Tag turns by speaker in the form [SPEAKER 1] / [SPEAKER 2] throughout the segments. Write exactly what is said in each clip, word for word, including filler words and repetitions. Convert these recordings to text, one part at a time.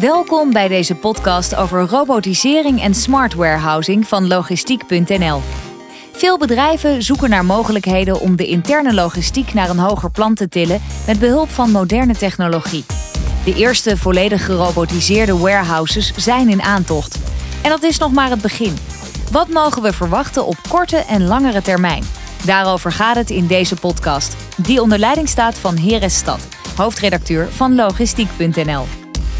[SPEAKER 1] Welkom bij deze podcast over robotisering en smart warehousing van logistiek punt n l. Veel bedrijven zoeken naar mogelijkheden om de interne logistiek naar een hoger plan te tillen met behulp van moderne technologie. De eerste volledig gerobotiseerde warehouses zijn in aantocht. En dat is nog maar het begin. Wat mogen we verwachten op korte en langere termijn? Daarover gaat het in deze podcast, die onder leiding staat van Heres Stad, hoofdredacteur van logistiek punt n l.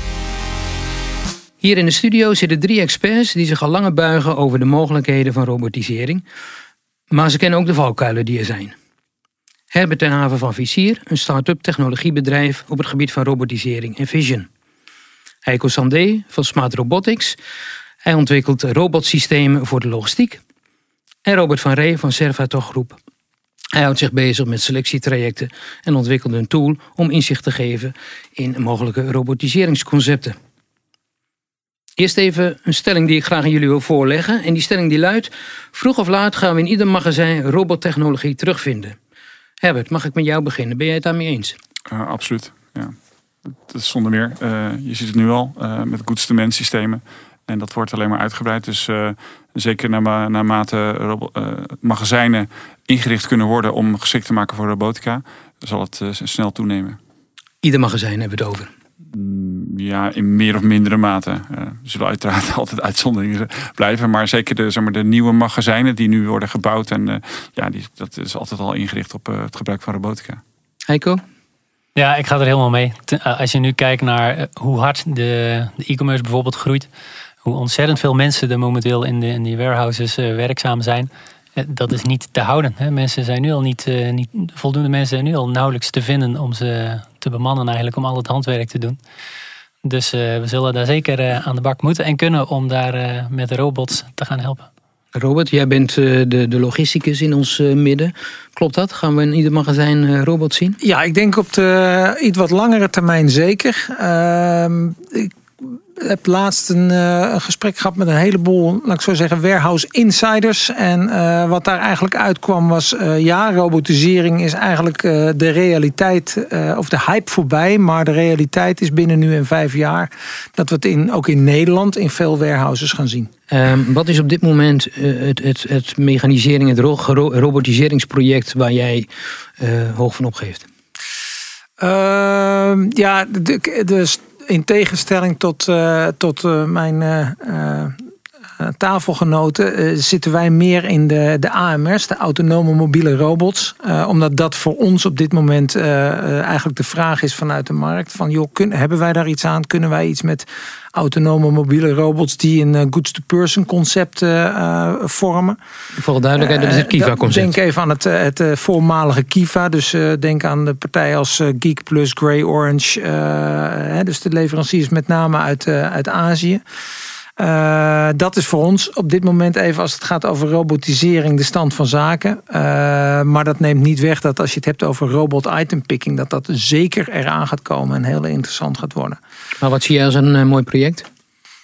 [SPEAKER 2] Hier in de studio zitten drie experts die zich al langer buigen over de mogelijkheden van robotisering. Maar ze kennen ook de valkuilen die er zijn. Herbert ten Haven van Visier, een start-up technologiebedrijf op het gebied van robotisering en vision. Heiko Sandé van Smart Robotics. Hij ontwikkelt robotsystemen voor de logistiek. En Robert van Ree van Servator Groep. Hij houdt zich bezig met selectietrajecten en ontwikkelt een tool om inzicht te geven in mogelijke robotiseringsconcepten. Eerst even een stelling die ik graag aan jullie wil voorleggen. En die stelling die luidt: vroeg of laat gaan we in ieder magazijn robottechnologie terugvinden. Herbert, mag ik met jou beginnen? Ben jij het daarmee eens?
[SPEAKER 3] Uh, absoluut, ja. Dat is zonder meer. Uh, je ziet het nu al uh, met goods-to-man systemen. En dat wordt alleen maar uitgebreid. Dus uh, zeker na, naarmate robo- uh, magazijnen ingericht kunnen worden om geschikt te maken voor robotica, zal het uh, snel toenemen.
[SPEAKER 2] Ieder magazijn hebben we het over.
[SPEAKER 3] Ja, in meer of mindere mate. Uh, er zullen uiteraard altijd uitzonderingen blijven. Maar zeker de, zeg maar, de nieuwe magazijnen die nu worden gebouwd. En uh, ja, die, dat is altijd al ingericht op uh, het gebruik van robotica.
[SPEAKER 2] Heiko?
[SPEAKER 4] Ja, ik ga er helemaal mee. Als je nu kijkt naar hoe hard de, de e-commerce bijvoorbeeld groeit. Hoe ontzettend veel mensen er momenteel in, de, in die warehouses uh, werkzaam zijn. Dat is niet te houden. Hè. Mensen zijn nu al niet, uh, niet, voldoende mensen zijn nu al nauwelijks te vinden om ze te bemannen eigenlijk, om al het handwerk te doen. Dus uh, we zullen daar zeker uh, aan de bak moeten en kunnen om daar uh, met de robots te gaan helpen.
[SPEAKER 2] Robert, jij bent uh, de, de logisticus in ons uh, midden. Klopt dat? Gaan we in ieder magazijn uh, robots zien?
[SPEAKER 5] Ja, ik denk op de iets wat langere termijn zeker. Uh, ik heb laatst een, uh, een gesprek gehad met een heleboel, laat ik zo zeggen, warehouse insiders. En uh, wat daar eigenlijk uitkwam was, uh, ja, robotisering is eigenlijk uh, de realiteit, uh, of de hype voorbij. Maar de realiteit is binnen nu en vijf jaar dat we het in, ook in Nederland in veel warehouses gaan zien.
[SPEAKER 2] Um, wat is op dit moment uh, het, het, het mechanisering, het ro- robotiseringsproject waar jij uh, hoog van opgeeft?
[SPEAKER 5] Uh, ja, de, de in tegenstelling tot, uh, tot uh, mijn uh, uh, tafelgenoten uh, zitten wij meer in de, de A M R's, de autonome mobiele robots. Uh, omdat dat voor ons op dit moment uh, uh, eigenlijk de vraag is vanuit de markt. Van joh, kun, hebben wij daar iets aan? Kunnen wij iets met autonome mobiele robots die een uh, goods-to-person concept uh, uh, vormen?
[SPEAKER 2] Voor de duidelijkheid, dat is het Kiva-concept.
[SPEAKER 5] Denk even aan het, het uh, voormalige Kiva. Dus uh, denk aan de partijen als uh, Geek Plus, Grey Orange. Uh, hè, dus de leveranciers met name uit, uh, uit Azië. Uh, dat is voor ons op dit moment even, als het gaat over robotisering, de stand van zaken. Uh, maar dat neemt niet weg dat als je het hebt over robot item picking, dat dat zeker eraan gaat komen en heel interessant gaat worden.
[SPEAKER 2] Maar wat zie je als een uh, mooi project?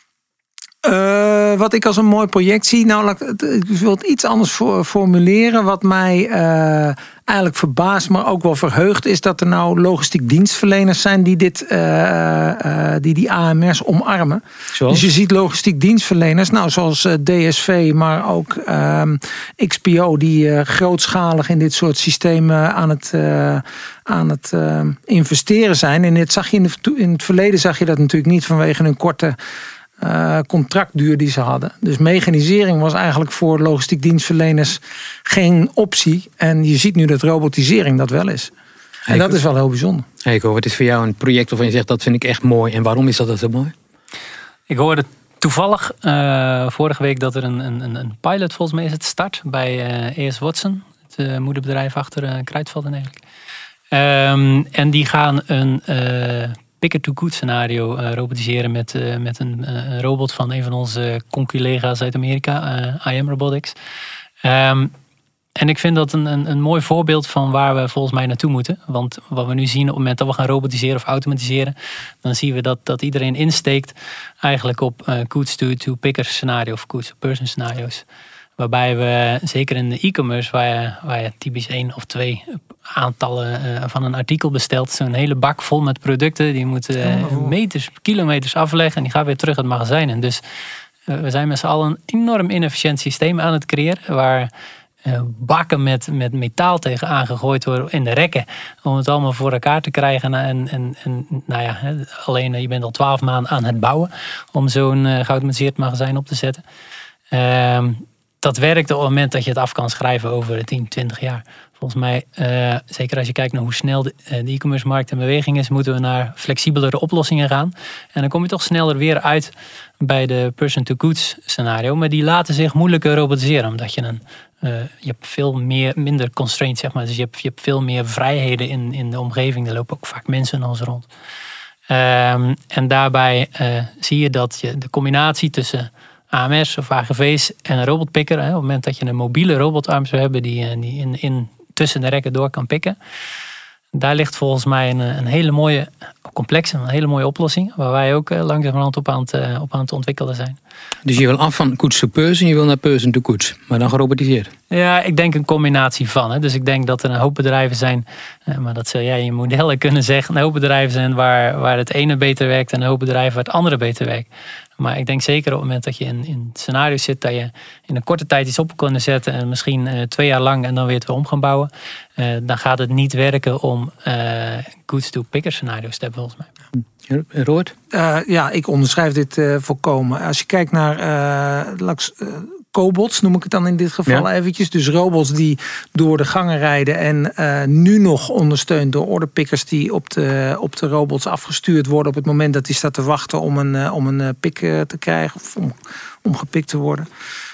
[SPEAKER 5] Uh, wat ik als een mooi project zie, nou, ik wil het iets anders formuleren. Wat mij uh, eigenlijk verbaast, maar ook wel verheugt, is dat er nou logistiek dienstverleners zijn die dit, uh, uh, die, die A M R's omarmen. Zoals? Dus je ziet logistiek dienstverleners, nou, zoals uh, D S V, maar ook uh, X P O, die uh, grootschalig in dit soort systemen aan het, uh, aan het uh, investeren zijn. En dit zag je in, de, in het verleden zag je dat natuurlijk niet vanwege hun korte Uh, contractduur die ze hadden. Dus mechanisering was eigenlijk voor logistiek dienstverleners geen optie. En je ziet nu dat robotisering dat wel is. Heiko. En dat is wel heel bijzonder.
[SPEAKER 2] Heiko, wat is voor jou een project waarvan je zegt dat vind ik echt mooi. En waarom is dat dat zo mooi?
[SPEAKER 4] Ik hoorde toevallig uh, vorige week dat er een, een, een pilot volgens mij is het start bij uh, A S Watson. Het uh, moederbedrijf achter uh, Kruidvat eigenlijk. Um, en die gaan een Uh, picker-to-good scenario uh, robotiseren met, uh, met een uh, robot van een van onze conculega's uit Amerika, uh, I M Robotics. Um, en ik vind dat een, een, een mooi voorbeeld van waar we volgens mij naartoe moeten. Want wat we nu zien op het moment dat we gaan robotiseren of automatiseren, dan zien we dat, dat iedereen insteekt eigenlijk op uh, goods-to-picker scenario of goods-to-person scenario's. Waarbij we, zeker in de e-commerce, waar je, waar je typisch één of twee aantallen uh, van een artikel bestelt. Zo'n hele bak vol met producten. Die moeten uh, meters, kilometers afleggen. En die gaan weer terug het magazijn in. Dus uh, we zijn met z'n allen een enorm inefficiënt systeem aan het creëren. Waar uh, bakken met, met metaal tegen aangegooid worden in de rekken. Om het allemaal voor elkaar te krijgen. En, en, en nou ja, alleen uh, je bent al twaalf maanden aan het bouwen. Om zo'n uh, geautomatiseerd magazijn op te zetten. Uh, dat werkt op het moment dat je het af kan schrijven over tien, twintig jaar. Volgens mij, uh, zeker als je kijkt naar hoe snel de, uh, de e-commerce markt in beweging is, moeten we naar flexibelere oplossingen gaan. En dan kom je toch sneller weer uit bij de person-to-goods scenario. Maar die laten zich moeilijker robotiseren, omdat je een uh, je hebt veel meer, minder constraints, zeg maar. Dus je hebt, je hebt veel meer vrijheden in, in de omgeving. Er lopen ook vaak mensen in ons rond. Um, en daarbij uh, zie je dat je de combinatie tussen A M S of A G V's en een robotpikker. Hè, op het moment dat je een mobiele robotarm zou hebben die, die in, in tussen de rekken door kan pikken. Daar ligt volgens mij een, een hele mooie, complexe, een hele mooie oplossing. Waar wij ook langzamerhand op aan het, op aan het ontwikkelen zijn.
[SPEAKER 2] Dus je wil af van goods to person, je wil naar person to goods. Maar dan gerobotiseerd.
[SPEAKER 4] Ja, ik denk een combinatie van. Hè. Dus ik denk dat er een hoop bedrijven zijn, maar dat zul jij in je modellen kunnen zeggen. Een hoop bedrijven zijn waar, waar het ene beter werkt en een hoop bedrijven waar het andere beter werkt. Maar ik denk zeker op het moment dat je in, in scenario's zit, dat je in een korte tijd iets op kan zetten en misschien uh, twee jaar lang en dan weer het weer om gaan bouwen. Uh, dan gaat het niet werken om uh, goods to picker scenario's te hebben volgens mij.
[SPEAKER 2] Ja, Robert?
[SPEAKER 5] Uh, ja, ik onderschrijf dit uh, volkomen. Als je kijkt naar uh, laks, uh, cobots, noem ik het dan in dit geval ja. eventjes. Dus robots die door de gangen rijden en uh, nu nog ondersteund door orderpickers die op de, op de robots afgestuurd worden op het moment dat die staat te wachten om een, uh, om een uh, pik uh, te krijgen of om, om gepikt te worden.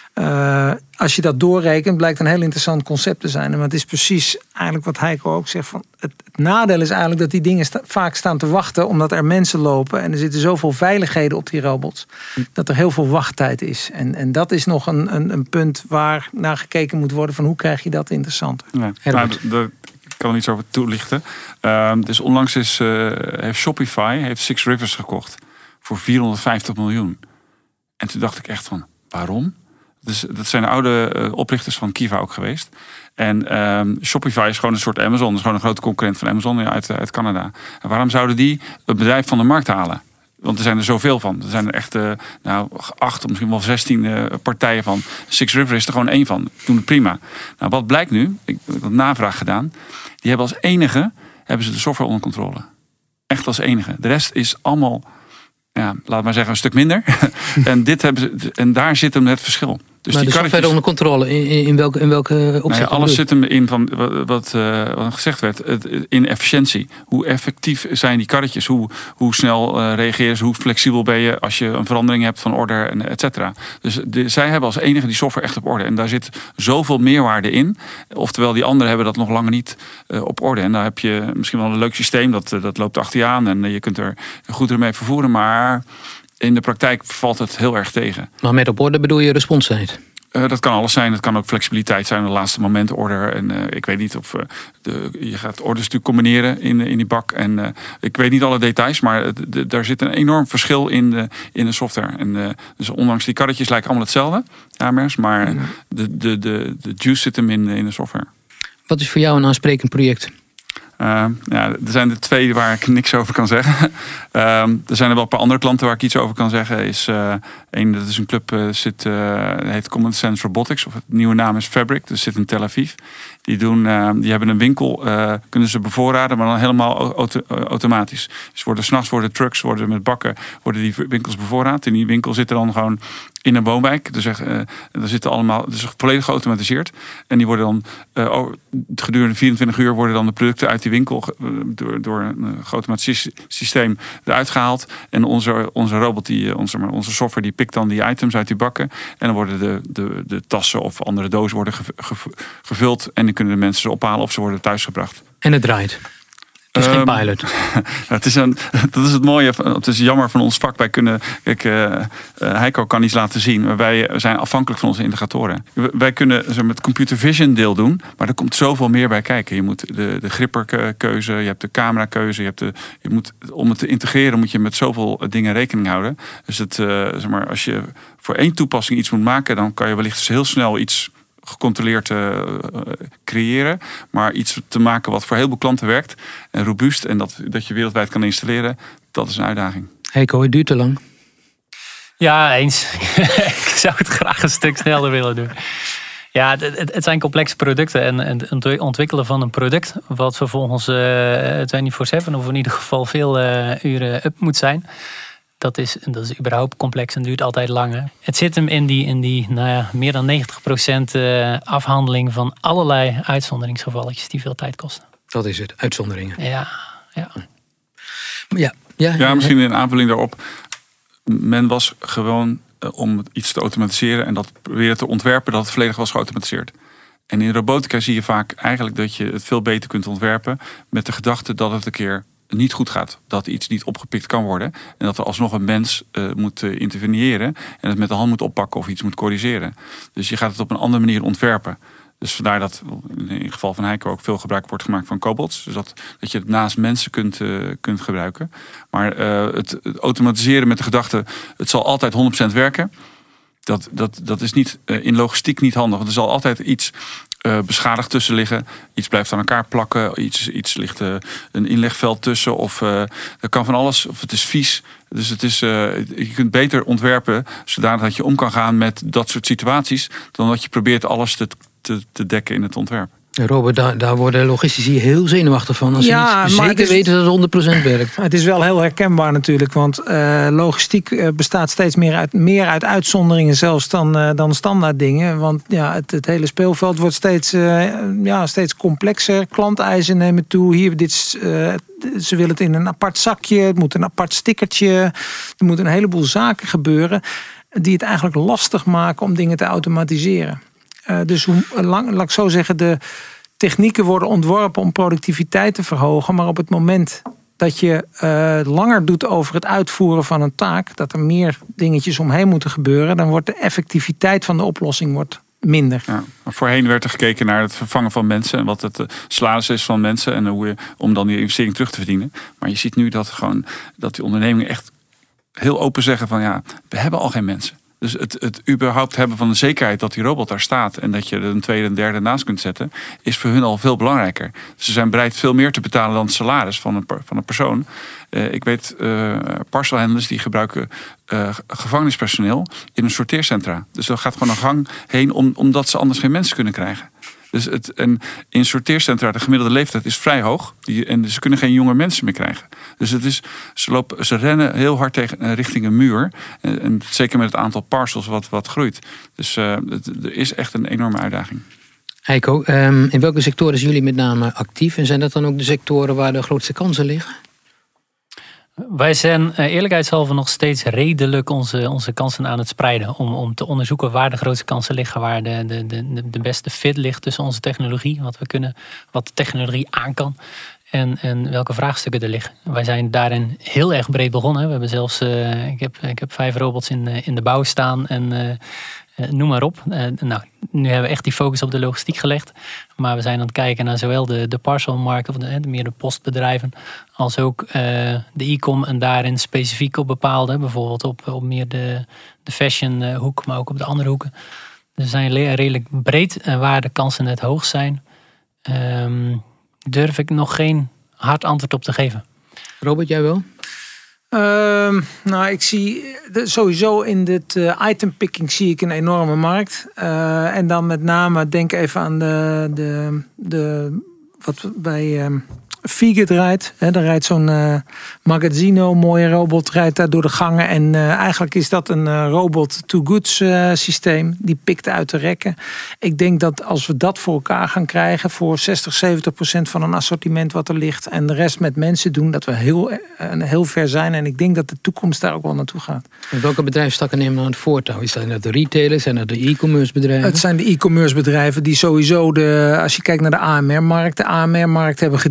[SPEAKER 5] Uh, als je dat doorrekent, blijkt een heel interessant concept te zijn. Maar het is precies eigenlijk wat Heiko ook zegt. Van het, het nadeel is eigenlijk dat die dingen sta, vaak staan te wachten omdat er mensen lopen. En er zitten zoveel veiligheden op die robots. Dat er heel veel wachttijd is. En, en dat is nog een, een, een punt waar naar gekeken moet worden. Van hoe krijg je dat interessanter?
[SPEAKER 3] Ja, nou, de, ik kan er iets over toelichten. Uh, dus onlangs is, uh, heeft Shopify heeft Six Rivers gekocht. Voor vierhonderdvijftig miljoen. En toen dacht ik echt van, waarom? Dus dat zijn de oude uh, oprichters van Kiva ook geweest. En um, Shopify is gewoon een soort Amazon. Dat is gewoon een grote concurrent van Amazon uit, uit Canada. En waarom zouden die het bedrijf van de markt halen? Want er zijn er zoveel van. Er zijn er echt uh, nou, acht of misschien wel zestien uh, partijen van. Six River is er gewoon één van. Die doen het prima. Nou, wat blijkt nu? Ik heb wat navraag gedaan. Die hebben als enige hebben ze de software onder controle. Echt als enige. De rest is allemaal, ja, laat maar zeggen, een stuk minder. en, dit hebben ze, en daar zit hem het verschil. Dus
[SPEAKER 2] maar
[SPEAKER 3] die
[SPEAKER 2] de software onder controle, in, in welke, in welke opzicht?
[SPEAKER 3] Nou ja, alles zit hem in van wat, uh, wat gezegd werd, in efficiëntie. Hoe effectief zijn die karretjes? Hoe, hoe snel uh, reageren ze? Hoe flexibel ben je als je een verandering hebt van order, en et cetera. Dus de, zij hebben als enige die software echt op orde. En daar zit zoveel meerwaarde in. Oftewel, die anderen hebben dat nog lang niet uh, op orde. En daar heb je misschien wel een leuk systeem, dat, dat loopt achter je aan. En je kunt er goed ermee vervoeren, maar in de praktijk valt het heel erg tegen.
[SPEAKER 2] Maar met op orde bedoel je responstijd?
[SPEAKER 3] Uh, dat kan alles zijn. Het kan ook flexibiliteit zijn, de laatste moment order. En uh, ik weet niet of uh, de, je gaat orders natuurlijk combineren in, in die bak. En uh, ik weet niet alle details, maar de, de, daar zit een enorm verschil in de, in de software. En uh, dus ondanks die karretjes lijken allemaal hetzelfde, A M R's, maar de, de, de, de juice zit hem in, in de software.
[SPEAKER 2] Wat is voor jou een aansprekend project?
[SPEAKER 3] Uh, ja, er zijn er twee waar ik niks over kan zeggen. uh, er zijn er wel een paar andere klanten waar ik iets over kan zeggen. Is uh, één, dat is een club, uh, zit, uh, heet Common Sense Robotics. Of het nieuwe naam is Fabric. Dat zit in Tel Aviv. Die, doen, uh, die hebben een winkel, uh, kunnen ze bevoorraden, maar dan helemaal auto, uh, automatisch. Dus worden, 's nachts worden trucks, worden met bakken, worden die winkels bevoorraad. In die winkel zitten dan gewoon in een woonwijk. Dus uh, er zitten allemaal, dus volledig geautomatiseerd. En die worden dan uh, gedurende vierentwintig uur worden dan de producten uit die winkel uh, door, door een geautomatisch systeem eruit gehaald. En onze, onze robot, die, onze, onze software, die pikt dan die items uit die bakken. En dan worden de, de, de tassen of andere dozen worden gevuld. En dan kunnen de mensen ze ophalen of ze worden thuisgebracht.
[SPEAKER 2] En het draait? Het is
[SPEAKER 3] Um,
[SPEAKER 2] geen pilot.
[SPEAKER 3] het is een, dat is het mooie. Het is jammer van ons vak. Wij kunnen, kijk, uh, uh, Heiko kan iets laten zien. Maar wij zijn afhankelijk van onze integratoren. Wij kunnen zo met computer vision deel doen. Maar er komt zoveel meer bij kijken. Je moet de, de gripperkeuze, je hebt de camerakeuze. Je hebt de, je moet, om het te integreren moet je met zoveel dingen rekening houden. Dus het, uh, zeg maar, als je voor één toepassing iets moet maken, dan kan je wellicht heel snel iets gecontroleerd uh, creëren. Maar iets te maken wat voor heel veel klanten werkt. En robuust. En dat, dat je wereldwijd kan installeren. Dat is een uitdaging.
[SPEAKER 2] Heiko, het duurt te lang.
[SPEAKER 4] Ja, eens. Ik zou het graag een stuk sneller willen doen. Ja, het, het zijn complexe producten. En het ontwikkelen van een product, wat vervolgens uh, vierentwintig zeven of in ieder geval veel uh, uren up moet zijn. Dat is, dat is überhaupt complex en duurt altijd langer. Het zit hem in die, in die nou ja, meer dan negentig procent uh, afhandeling van allerlei uitzonderingsgevalletjes die veel tijd kosten.
[SPEAKER 2] Dat is het, uitzonderingen.
[SPEAKER 4] Ja, ja.
[SPEAKER 2] Ja, ja,
[SPEAKER 3] ja misschien een aanvulling daarop. Men was gewoon uh, om iets te automatiseren en dat proberen te ontwerpen dat het volledig was geautomatiseerd. En in robotica zie je vaak eigenlijk dat je het veel beter kunt ontwerpen met de gedachte dat het een keer niet goed gaat. Dat iets niet opgepikt kan worden. En dat er alsnog een mens uh, moet uh, interveneren en het met de hand moet oppakken of iets moet corrigeren. Dus je gaat het op een andere manier ontwerpen. Dus vandaar dat in het geval van Heiko ook veel gebruik wordt gemaakt van cobots. Dus dat, dat je het naast mensen kunt, uh, kunt gebruiken. Maar uh, het, het automatiseren met de gedachte, het zal altijd honderd procent werken. Dat, dat, dat is niet, uh, in logistiek niet handig. Want er zal altijd iets uh, beschadigd tussen liggen. Iets blijft aan elkaar plakken. Iets, iets ligt uh, een inlegveld tussen. Of uh, er kan van alles. Of het is vies. Dus het is, uh, je kunt beter ontwerpen zodanig dat je om kan gaan met dat soort situaties. Dan dat je probeert alles te, te, te dekken in het ontwerp.
[SPEAKER 2] Robert, daar, daar worden logistici heel zenuwachtig van. Als
[SPEAKER 5] ja,
[SPEAKER 2] ze niet zeker
[SPEAKER 5] is,
[SPEAKER 2] weten dat het honderd procent werkt.
[SPEAKER 5] Het is wel heel herkenbaar natuurlijk. Want uh, logistiek uh, bestaat steeds meer uit, meer uit uitzonderingen zelfs dan, uh, dan standaard dingen. Want ja, het, het hele speelveld wordt steeds, uh, ja, steeds complexer. Klanteisen nemen toe. Hier, dit, uh, ze willen het in een apart zakje. Het moet een apart stickertje. Er moeten een heleboel zaken gebeuren die het eigenlijk lastig maken om dingen te automatiseren. Uh, dus hoe lang, laat ik zo zeggen, de technieken worden ontworpen om productiviteit te verhogen. Maar op het moment dat je uh, langer doet over het uitvoeren van een taak, dat er meer dingetjes omheen moeten gebeuren, dan wordt de effectiviteit van de oplossing wordt minder.
[SPEAKER 3] Ja, voorheen werd er gekeken naar het vervangen van mensen en wat het uh, salaris is van mensen en hoe je, om dan die investering terug te verdienen. Maar je ziet nu dat gewoon dat die ondernemingen echt heel open zeggen van ja, we hebben al geen mensen. Dus het, het überhaupt hebben van de zekerheid dat die robot daar staat en dat je er een tweede en derde naast kunt zetten, is voor hun al veel belangrijker. Ze zijn bereid veel meer te betalen dan het salaris van een, van een persoon. Uh, ik weet, uh, parcelhandelaars die gebruiken uh, gevangenispersoneel in een sorteercentra. Dus er gaat gewoon een gang heen om, omdat ze anders geen mensen kunnen krijgen. Dus het, en in sorteercentra, de gemiddelde leeftijd is vrij hoog. Die, en ze kunnen geen jonge mensen meer krijgen. Dus het is, ze, lopen, ze rennen heel hard tegen, richting een muur. En, en zeker met het aantal parcels wat, wat groeit. Dus uh, het, er is echt een enorme uitdaging.
[SPEAKER 2] Heiko, um, in welke sectoren zijn jullie met name actief? En zijn dat dan ook de sectoren waar de grootste kansen liggen?
[SPEAKER 4] Wij zijn eerlijkheidshalve nog steeds redelijk onze, onze kansen aan het spreiden. Om, om te onderzoeken waar de grootste kansen liggen. Waar de, de, de, de beste fit ligt tussen onze technologie. Wat we kunnen, wat de technologie aan kan. En, en welke vraagstukken er liggen. Wij zijn daarin heel erg breed begonnen. We hebben zelfs, uh, ik, heb, ik heb vijf robots in, uh, in de bouw staan. En uh, uh, noem maar op. Uh, nou, nu hebben we echt die focus op de logistiek gelegd. Maar we zijn aan het kijken naar zowel de, de parcelmarkt, of de, de meer de postbedrijven, als ook uh, de e-com. En daarin specifiek op bepaalde, bijvoorbeeld op, op meer de, de fashion uh, hoek, maar ook op de andere hoeken. Dus we zijn redelijk breed en waar de kansen net hoog zijn, um, durf ik nog geen hard antwoord op te geven.
[SPEAKER 2] Robert, jij wel?
[SPEAKER 5] Uh, nou, ik zie sowieso in dit uh, itempicking zie ik een enorme markt. Uh, en dan met name, denk even aan de, de, de wat bij um, Figet rijdt. He, daar rijdt zo'n uh, Magazzino, mooie robot, rijdt daar door de gangen. En uh, eigenlijk is dat een uh, robot-to-goods uh, systeem. Die pikt uit de rekken. Ik denk dat als we dat voor elkaar gaan krijgen, voor zestig, zeventig procent van een assortiment wat er ligt, en de rest met mensen doen, dat we heel, uh, heel ver zijn. En ik denk dat de toekomst daar ook wel naartoe gaat.
[SPEAKER 2] En welke bedrijfstakken nemen dan het voortouw? Is dat de retailers? Zijn dat de e-commerce bedrijven?
[SPEAKER 5] Het zijn de e-commerce bedrijven die sowieso, de, als je kijkt naar de A M R-markt, de A M R-markt hebben gedreven.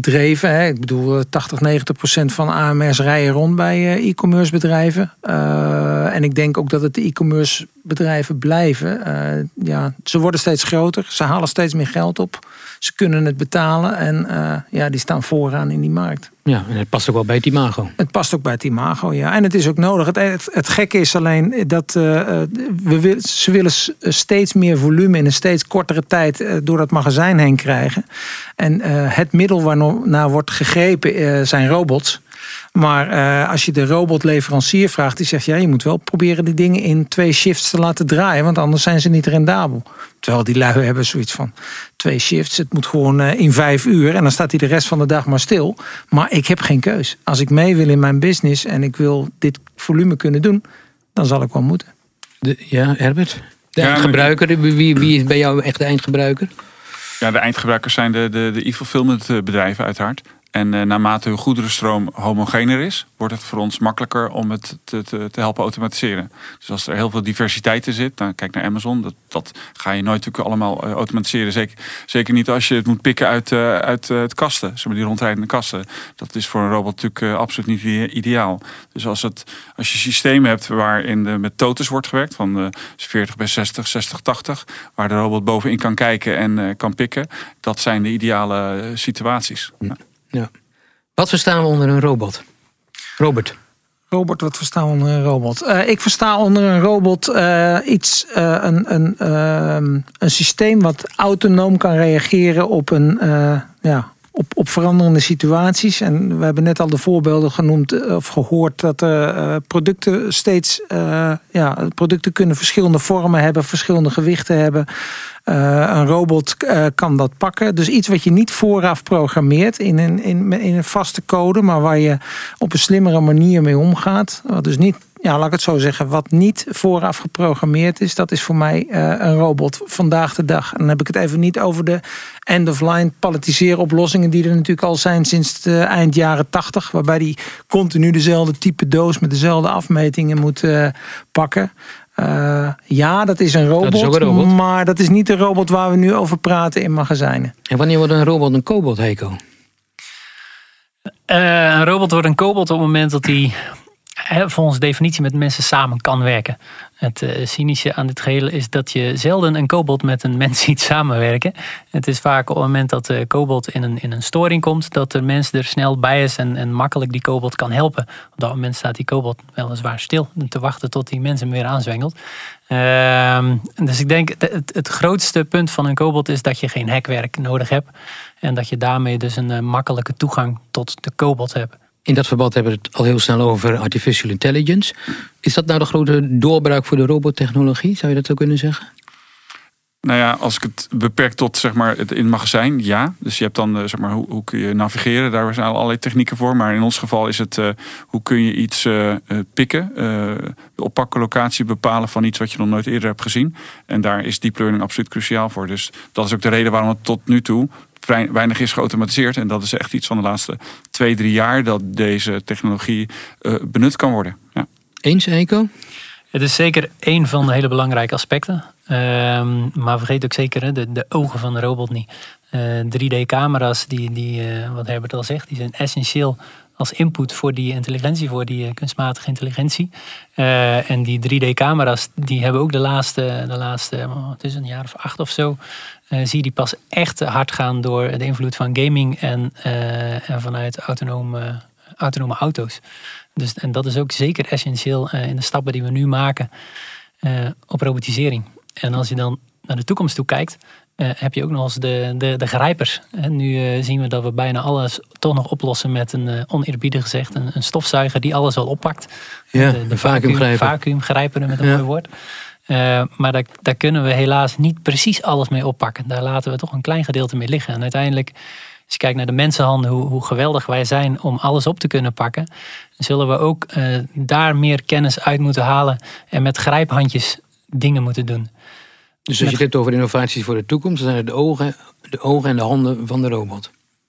[SPEAKER 5] bedrijven. Hè. Ik bedoel, tachtig, negentig procent van A M R's rijden rond bij uh, e-commerce bedrijven. Uh, en ik denk ook dat het de e-commerce bedrijven blijven. Uh, ja, ze worden steeds groter. Ze halen steeds meer geld op. Ze kunnen het betalen. En uh, ja, die staan vooraan in die markt.
[SPEAKER 2] Ja, en het past ook wel bij het imago.
[SPEAKER 5] Het past ook bij het imago, ja. En het is ook nodig. Het, het, het gekke is alleen dat uh, we wil, ze willen steeds meer volume in een steeds kortere tijd uh, door dat magazijn heen krijgen. En uh, het middel waarnaar wordt gegrepen uh, zijn robots. Maar uh, als je de robotleverancier vraagt, die zegt ja, je moet wel proberen die dingen in twee shifts te laten draaien, want anders zijn ze niet rendabel. Terwijl die lui hebben zoiets van twee shifts. Het moet gewoon uh, in vijf uur en dan staat hij de rest van de dag maar stil. Maar ik heb geen keus. Als ik mee wil in mijn business en ik wil dit volume kunnen doen, dan zal ik wel moeten.
[SPEAKER 2] De, ja, Herbert? De
[SPEAKER 3] ja,
[SPEAKER 2] eindgebruiker, wie, wie is bij jou echt de eindgebruiker?
[SPEAKER 3] Ja, de eindgebruikers zijn de, de, de e-fulfillment bedrijven uiteraard. En uh, naarmate hun goederenstroom homogener is, wordt het voor ons makkelijker om het te, te, te helpen automatiseren. Dus als er heel veel diversiteit in zit, dan kijk naar Amazon, dat, dat ga je nooit natuurlijk allemaal uh, automatiseren. Zeker, zeker niet als je het moet pikken uit, uh, uit uh, het kasten, zeg maar die rondrijdende kasten. Dat is voor een robot natuurlijk uh, absoluut niet ideaal. Dus als, het, als je systeem hebt waarin de, met totes wordt gewerkt, van uh, veertig bij zestig, zestig, tachtig, waar de robot bovenin kan kijken en uh, kan pikken, dat zijn de ideale uh, situaties. Ja.
[SPEAKER 2] Ja. Wat verstaan we onder een robot? Robert.
[SPEAKER 5] Robert, wat verstaan we onder een robot? Uh, ik versta onder een robot uh, iets, uh, een, een, uh, een systeem wat autonoom kan reageren op, een, uh, ja, op, op veranderende situaties. En we hebben net al de voorbeelden genoemd of gehoord dat uh, producten steeds uh, ja, producten kunnen verschillende vormen hebben, verschillende gewichten hebben. Uh, een robot uh, kan dat pakken. Dus iets wat je niet vooraf programmeert in een, in, in een vaste code, maar waar je op een slimmere manier mee omgaat. Wat dus niet, ja, laat ik het zo zeggen, wat niet vooraf geprogrammeerd is, dat is voor mij uh, een robot vandaag de dag. En dan heb ik het even niet over de end-of-line palletiseren-oplossingen die er natuurlijk al zijn sinds de eind jaren tachtig, waarbij die continu dezelfde type doos met dezelfde afmetingen moet uh, pakken. Uh, ja, dat is een robot,
[SPEAKER 2] dat is ook een robot,
[SPEAKER 5] maar dat is niet de robot waar we nu over praten in magazijnen.
[SPEAKER 2] En wanneer wordt een robot een cobot, Heiko?
[SPEAKER 4] Uh, een robot wordt een cobot op het moment dat hij volgens definitie met mensen samen kan werken. Het uh, cynische aan dit gehele is dat je zelden een cobot met een mens ziet samenwerken. Het is vaak op het moment dat de cobot in een, in een storing komt, dat de mens er snel bij is en, en makkelijk die cobot kan helpen. Op dat moment staat die cobot weliswaar stil te wachten tot die mens hem weer aanzwengelt. Uh, dus ik denk het, het grootste punt van een cobot is dat je geen hekwerk nodig hebt. En dat je daarmee dus een uh, makkelijke toegang tot de cobot hebt.
[SPEAKER 2] In dat verband hebben we het al heel snel over artificial intelligence. Is dat nou de grote doorbraak voor de robottechnologie? Zou je dat zo kunnen zeggen?
[SPEAKER 3] Nou ja, als ik het beperk tot zeg maar het in het magazijn, ja. Dus je hebt dan zeg maar hoe, hoe kun je navigeren? Daar zijn allerlei technieken voor. Maar in ons geval is het uh, hoe kun je iets uh, pikken, uh, de oppakkenlocatie bepalen van iets wat je nog nooit eerder hebt gezien. En daar is deep learning absoluut cruciaal voor. Dus dat is ook de reden waarom het tot nu toe weinig is geautomatiseerd. En dat is echt iets van de laatste twee, drie jaar dat deze technologie uh, benut kan worden. Ja.
[SPEAKER 2] Eens, Heiko?
[SPEAKER 4] Het is zeker één van de hele belangrijke aspecten. Um, maar vergeet ook zeker hè, de, de ogen van de robot niet. Uh, drie D-camera's, die, die, uh, wat Herbert al zegt, die zijn essentieel als input voor die intelligentie, voor die uh, kunstmatige intelligentie. Uh, en die drie D-camera's, die hebben ook de laatste, de laatste het is een jaar of acht of zo, uh, zie je die pas echt hard gaan door de invloed van gaming en, uh, en vanuit autonome, autonome auto's. Dus, en dat is ook zeker essentieel uh, in de stappen die we nu maken uh, op robotisering. En als je dan naar de toekomst toe kijkt, uh, heb je ook nog eens de, de, de grijpers. En nu uh, zien we dat we bijna alles toch nog oplossen met een uh, oneerbiedig gezegd, een, een stofzuiger die alles wel oppakt.
[SPEAKER 2] Ja,
[SPEAKER 4] de, de
[SPEAKER 2] vacuümgrijper.
[SPEAKER 4] Vacuümgrijper met een ja. mooi woord. Uh, maar daar, daar kunnen we helaas niet precies alles mee oppakken. Daar laten we toch een klein gedeelte mee liggen. En uiteindelijk, als je kijkt naar de mensenhanden, hoe, hoe geweldig wij zijn om alles op te kunnen pakken, zullen we ook uh, daar meer kennis uit moeten halen en met grijphandjes dingen moeten doen.
[SPEAKER 2] Dus als je het hebt over innovaties voor de toekomst, dan zijn het de ogen, de ogen en de handen van de robot.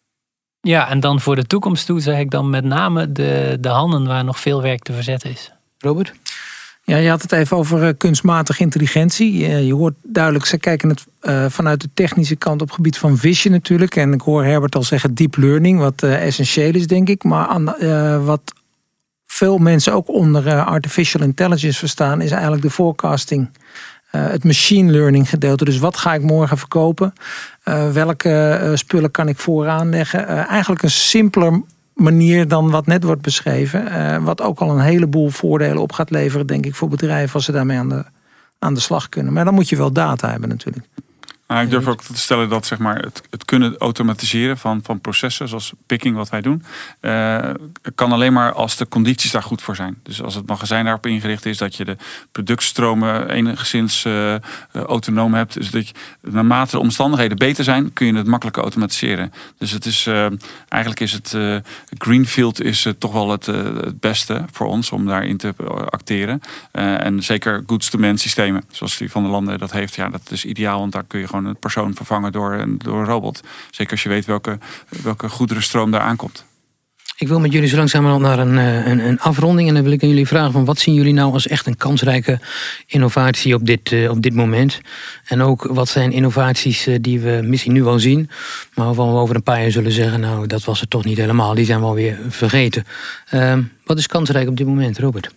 [SPEAKER 4] Ja, en dan voor de toekomst toe zeg ik dan met name de, de handen waar nog veel werk te verzetten is.
[SPEAKER 2] Robert?
[SPEAKER 5] Ja, je had het even over uh, kunstmatige intelligentie. Je, je hoort duidelijk, ze kijken het uh, vanuit de technische kant op het gebied van vision natuurlijk. En ik hoor Herbert al zeggen deep learning, wat uh, essentieel is denk ik. Maar aan, uh, wat veel mensen ook onder uh, artificial intelligence verstaan, is eigenlijk de forecasting. Uh, het machine learning gedeelte. Dus wat ga ik morgen verkopen? Uh, welke uh, spullen kan ik vooraan leggen? Uh, eigenlijk een simpeler manier dan wat net wordt beschreven. Uh, wat ook al een heleboel voordelen op gaat leveren, denk ik, voor bedrijven als ze daarmee aan de, aan de slag kunnen. Maar dan moet je wel data hebben natuurlijk.
[SPEAKER 3] Nou, ik durf ook te stellen dat zeg maar, het, het kunnen automatiseren van, van processen, zoals picking wat wij doen, uh, kan alleen maar als de condities daar goed voor zijn. Dus als het magazijn daarop ingericht is, dat je de productstromen enigszins uh, uh, autonoom hebt. Dus dat je, naarmate de omstandigheden beter zijn, kun je het makkelijker automatiseren. Dus het is, uh, eigenlijk is het uh, Greenfield is uh, toch wel het, uh, het beste voor ons om daarin te uh, acteren. Uh, en zeker goods-to-man systemen, zoals die van de landen dat heeft. Ja, dat is ideaal, want daar kun je gewoon een persoon vervangen door, door een robot. Zeker als je weet welke, welke goederenstroom daar aankomt.
[SPEAKER 2] Ik wil met jullie zo langzamerhand naar een, een, een afronding. En dan wil ik aan jullie vragen van wat zien jullie nou als echt een kansrijke innovatie op dit, uh, op dit moment? En ook wat zijn innovaties uh, die we misschien nu wel zien, maar waarvan we over een paar jaar zullen zeggen, nou dat was het toch niet helemaal. Die zijn we alweer vergeten. Uh, wat is kansrijk op dit moment, Robert?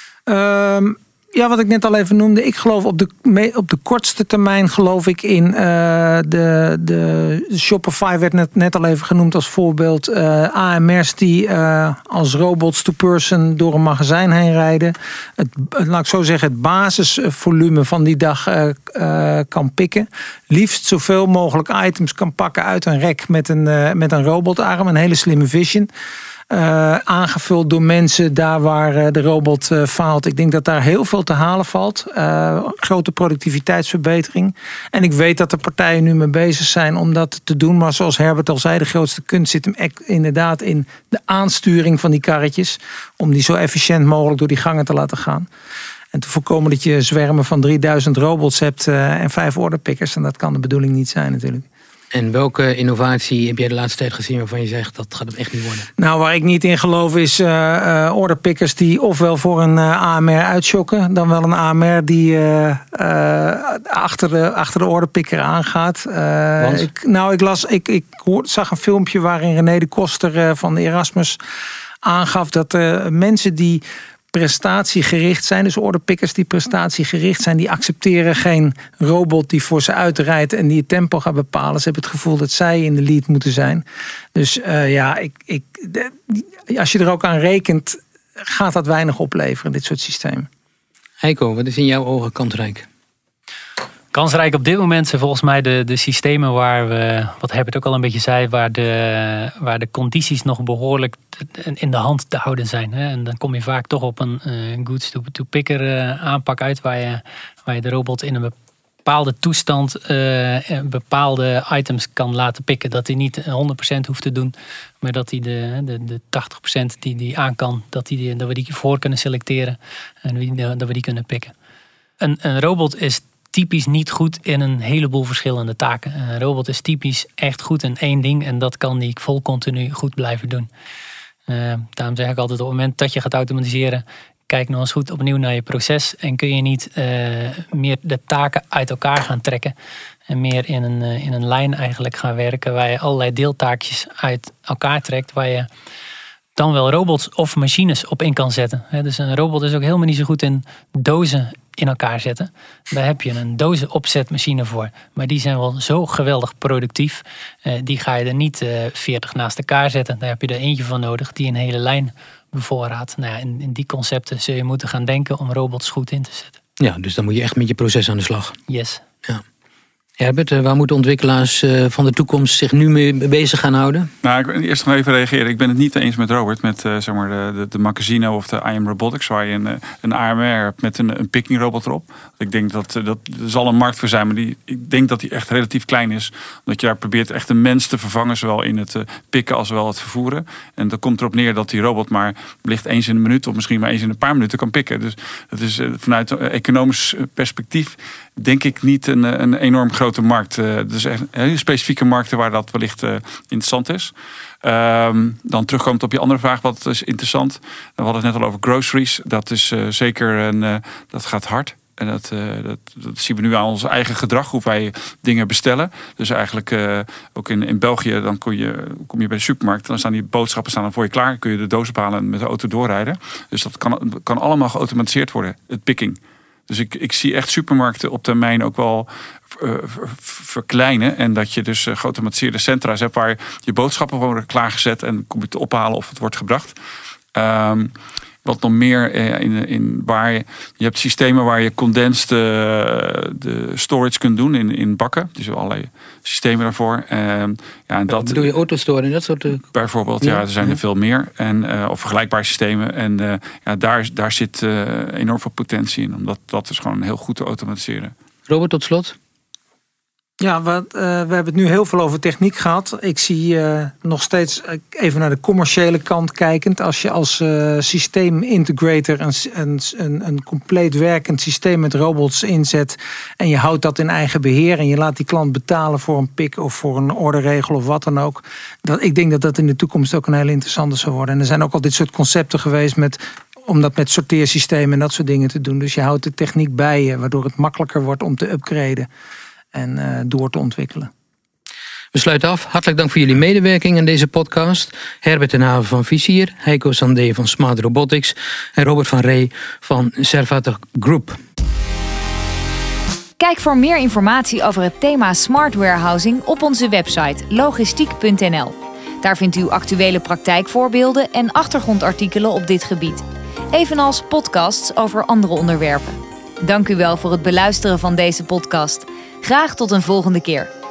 [SPEAKER 5] Um... Ja, wat ik net al even noemde. Ik geloof op de, op de kortste termijn geloof ik in uh, de, de Shopify werd net, net al even genoemd als voorbeeld. Uh, A M R's die uh, als robots to person door een magazijn heen rijden. Het, laat ik zo zeggen, het basisvolume van die dag uh, uh, kan pikken. Liefst zoveel mogelijk items kan pakken uit een rek met een, uh, met een robotarm. Een hele slimme vision. Uh, aangevuld door mensen daar waar uh, de robot uh, faalt. Ik denk dat daar heel veel te halen valt. Uh, grote productiviteitsverbetering. En ik weet dat er partijen nu mee bezig zijn om dat te doen. Maar zoals Herbert al zei, de grootste kunst zit hem inderdaad in de aansturing van die karretjes. Om die zo efficiënt mogelijk door die gangen te laten gaan. En te voorkomen dat je zwermen van drieduizend robots hebt uh, en vijf orderpickers. En dat kan de bedoeling niet zijn natuurlijk.
[SPEAKER 2] En welke innovatie heb jij de laatste tijd gezien waarvan je zegt dat gaat hem echt niet worden?
[SPEAKER 5] Nou, waar ik niet in geloof is uh, uh, orderpickers die ofwel voor een uh, A M R uitschokken, dan wel een A M R die uh, uh, achter, de, achter de orderpicker aangaat. Uh, ik, nou, ik, las, ik, ik hoor, zag een filmpje waarin René de Koster uh, van de Erasmus aangaf dat uh, mensen die prestatiegericht zijn, dus orderpickers die prestatiegericht zijn, die accepteren geen robot die voor ze uitrijdt en die het tempo gaat bepalen. Ze hebben het gevoel dat zij in de lead moeten zijn. Dus uh, ja, ik, ik, de, als je er ook aan rekent, gaat dat weinig opleveren, dit soort systemen.
[SPEAKER 2] Heiko, wat is in jouw ogen kansrijk?
[SPEAKER 4] Kansrijk op dit moment zijn volgens mij de, de systemen waar we, wat Herbert ook al een beetje zei, waar de, waar de condities nog behoorlijk in de hand te houden zijn. En dan kom je vaak toch op een uh, goods-to-picker aanpak uit, waar je, waar je de robot in een bepaalde toestand uh, bepaalde items kan laten pikken. Dat hij niet honderd procent hoeft te doen, maar dat hij de, de, de tachtig procent die hij aan kan, dat, die, dat we die voor kunnen selecteren en dat we die kunnen pikken. Een, een robot is typisch niet goed in een heleboel verschillende taken. Een robot is typisch echt goed in één ding en dat kan die vol continu goed blijven doen. Uh, daarom zeg ik altijd, op het moment dat je gaat automatiseren, kijk nog eens goed opnieuw naar je proces en kun je niet uh, meer de taken uit elkaar gaan trekken en meer in een, uh, in een lijn eigenlijk gaan werken waar je allerlei deeltaakjes uit elkaar trekt, waar je dan wel robots of machines op in kan zetten. He, dus een robot is ook helemaal niet zo goed in dozen in elkaar zetten. Daar heb je een dozenopzetmachine voor. Maar die zijn wel zo geweldig productief. Uh, die ga je er niet uh, veertig naast elkaar zetten. Daar heb je er eentje van nodig die een hele lijn bevoorraadt. Nou ja, in, in die concepten zul je moeten gaan denken om robots goed in te zetten.
[SPEAKER 2] Ja, dus dan moet je echt met je proces aan de slag.
[SPEAKER 4] Yes.
[SPEAKER 2] Ja. Herbert, waar moeten ontwikkelaars van de toekomst zich nu mee bezig gaan houden?
[SPEAKER 3] Nou, ik wil eerst nog even reageren. Ik ben het niet eens met Robert, met uh, zeg maar de, de, de Macasino of de I M Robotics, waar je een, een A M R hebt met een, een picking robot erop. Ik denk dat dat er zal een markt voor zijn, maar die, ik denk dat die echt relatief klein is. Omdat je daar probeert echt een mens te vervangen, zowel in het uh, pikken als wel het vervoeren. En dat komt erop neer dat die robot maar wellicht eens in een minuut of misschien maar eens in een paar minuten kan pikken. Dus het is uh, vanuit uh, economisch perspectief denk ik niet een, een enorm groot grote markt. Uh, dus echt hele specifieke markten waar dat wellicht uh, interessant is. Um, dan terugkomend op je andere vraag, wat is interessant? We hadden het net al over groceries. Dat is uh, zeker een, uh, dat gaat hard. En dat, uh, dat, dat zien we nu aan ons eigen gedrag, hoe wij dingen bestellen. Dus eigenlijk uh, ook in, in België, dan kom je, kom je bij de supermarkt. Dan staan die boodschappen staan dan voor je klaar. Dan kun je de doos ophalen en met de auto doorrijden. Dus dat kan, kan allemaal geautomatiseerd worden, het picking. Dus ik, ik zie echt supermarkten op termijn ook wel uh, verkleinen. En dat je dus uh, geautomatiseerde centra's hebt waar je boodschappen worden klaargezet en kom je te ophalen of het wordt gebracht. Um, Wat nog meer in, in waar je, je hebt systemen waar je condensed uh, de storage kunt doen in, in bakken. Dus allerlei systemen daarvoor. En, ja, en dat
[SPEAKER 2] doe je autostore en dat soort?
[SPEAKER 3] Bijvoorbeeld, ja, ja er zijn er veel meer. En, uh, of vergelijkbare systemen. En uh, ja, daar, daar zit uh, enorm veel potentie in. Omdat dat is gewoon heel goed te automatiseren.
[SPEAKER 2] Robert, tot slot.
[SPEAKER 5] Ja, we, uh, we hebben het nu heel veel over techniek gehad. Ik zie uh, nog steeds even naar de commerciële kant kijkend. Als je als uh, systeemintegrator een, een, een, een compleet werkend systeem met robots inzet en je houdt dat in eigen beheer en je laat die klant betalen voor een pick of voor een orderregel of wat dan ook. Dat, ik denk dat dat in de toekomst ook een hele interessante zal worden. En er zijn ook al dit soort concepten geweest met om dat met sorteersystemen en dat soort dingen te doen. Dus je houdt de techniek bij je, waardoor het makkelijker wordt om te upgraden en uh, door te ontwikkelen.
[SPEAKER 2] We sluiten af. Hartelijk dank voor jullie medewerking aan deze podcast. Herbert ten Haven van Visier, Heiko Sandé van Smart Robotics en Robert van Rey van Servata Group.
[SPEAKER 1] Kijk voor meer informatie over het thema Smart Warehousing op onze website logistiek punt n l. Daar vindt u actuele praktijkvoorbeelden en achtergrondartikelen op dit gebied. Evenals podcasts over andere onderwerpen. Dank u wel voor het beluisteren van deze podcast. Graag tot een volgende keer.